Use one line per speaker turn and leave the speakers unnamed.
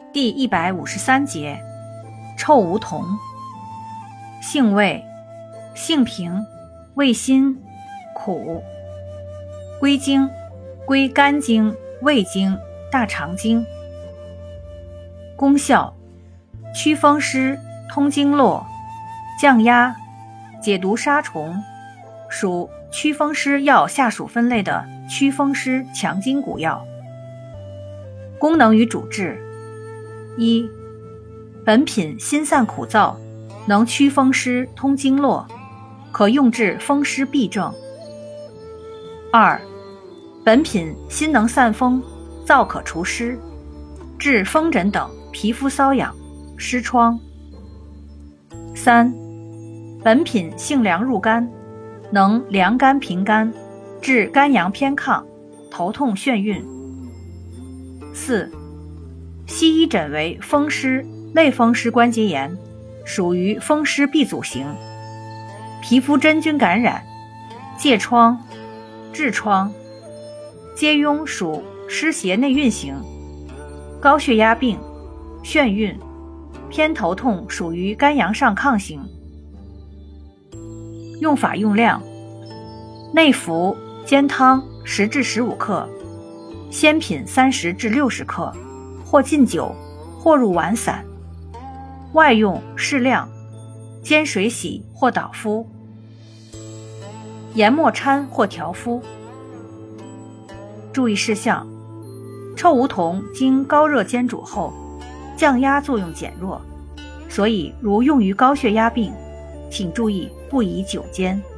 第153节，臭梧桐。性味：性平，味辛，苦。归经：归肝经、胃经、大肠经。功效：祛风湿，通经络，降压，解毒杀虫，属祛风湿药下属分类的祛风湿强筋骨药。功能与主治：一、本品辛散苦燥，能祛风湿通经络，可用治风湿痹症。二、本品辛能散风，燥可除湿，治风疹等皮肤瘙痒、湿疮。三、本品性凉入肝，能凉肝平肝，治肝阳偏亢、头痛眩晕。四、西医诊为风湿、类风湿关节炎，属于风湿闭阻型，皮肤真菌感染、疥疮、痔疮。疖痈属湿邪内蕴型，高血压病、眩晕、偏头痛属于肝阳上亢型。用法用量：内服煎汤10至15克，鲜品30至60克，或浸酒，或入丸散。外用适量，煎水洗或捣敷，研末掺或调敷。注意事项：臭梧桐经高热煎煮后，降压作用减弱，所以如用于高血压病，请注意不宜久煎。